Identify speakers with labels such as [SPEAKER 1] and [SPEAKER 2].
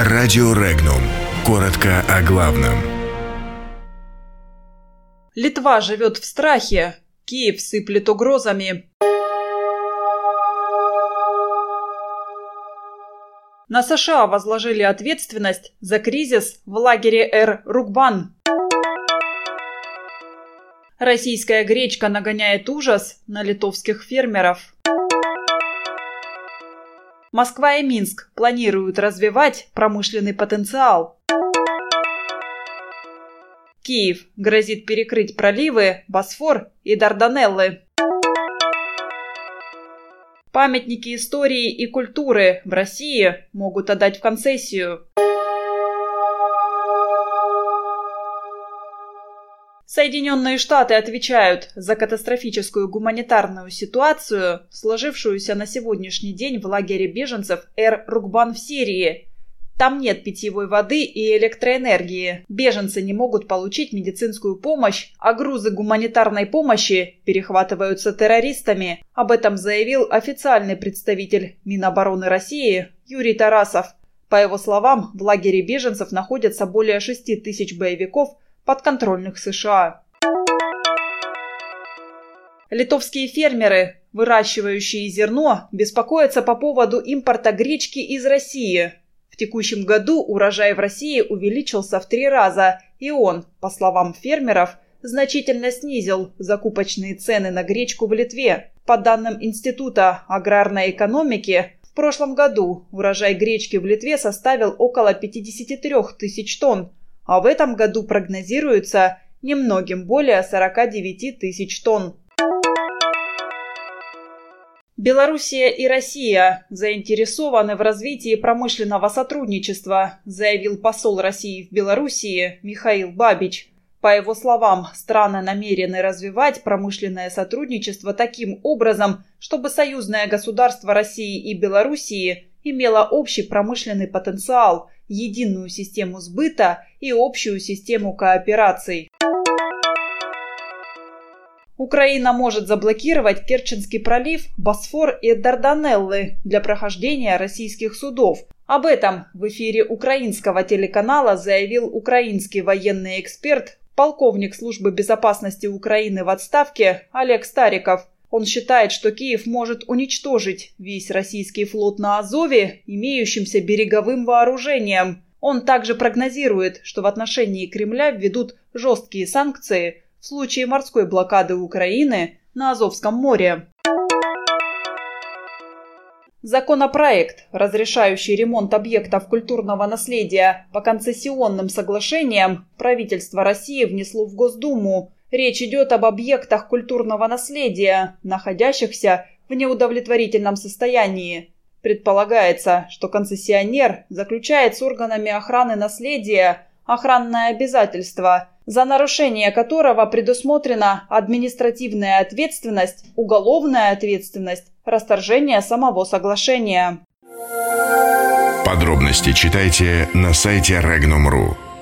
[SPEAKER 1] Радио Регнум. Коротко о главном.
[SPEAKER 2] Литва живет в страхе. Киев сыплет угрозами. На США возложили ответственность за кризис в лагере Эр-Рукбан. Российская гречка нагоняет ужас на литовских фермеров. Москва и Минск планируют развивать промышленный потенциал. Киев грозит перекрыть проливы Босфор и Дарданеллы. Памятники истории и культуры в России могут отдать в концессию. Соединенные Штаты отвечают за катастрофическую гуманитарную ситуацию, сложившуюся на сегодняшний день в лагере беженцев Эр-Рукбан в Сирии. Там нет питьевой воды и электроэнергии. Беженцы не могут получить медицинскую помощь, а грузы гуманитарной помощи перехватываются террористами. Об этом заявил официальный представитель Минобороны России Юрий Тарасов. По его словам, в лагере беженцев находятся более 6 тысяч боевиков, подконтрольных США. Литовские фермеры, выращивающие зерно, беспокоятся по поводу импорта гречки из России. В текущем году урожай в России увеличился в 3 раза, и он, по словам фермеров, значительно снизил закупочные цены на гречку в Литве. По данным Института аграрной экономики, в прошлом году урожай гречки в Литве составил около 53 тысяч тонн, а в этом году прогнозируется немногим более 49 тысяч тонн. Белоруссия и Россия заинтересованы в развитии промышленного сотрудничества, заявил посол России в Белоруссии Михаил Бабич. По его словам, страны намерены развивать промышленное сотрудничество таким образом, чтобы союзное государство России и Белоруссии имело общий промышленный потенциал, единую систему сбыта и общую систему коопераций. Украина может заблокировать Керченский пролив, Босфор и Дарданеллы для прохождения российских судов. Об этом в эфире украинского телеканала заявил украинский военный эксперт, полковник Службы безопасности Украины в отставке Олег Стариков. Он считает, что Киев может уничтожить весь российский флот на Азове, имеющимся береговым вооружением. Он также прогнозирует, что в отношении Кремля введут жесткие санкции в случае морской блокады Украины на Азовском море. Законопроект, разрешающий ремонт объектов культурного наследия по концессионным соглашениям, правительство России внесло в Госдуму. Речь идет об объектах культурного наследия, находящихся в неудовлетворительном состоянии. Предполагается, что концессионер заключает с органами охраны наследия охранное обязательство, за нарушение которого предусмотрена административная ответственность, уголовная ответственность, расторжение самого соглашения.
[SPEAKER 1] Подробности читайте на сайте Regnum.ru.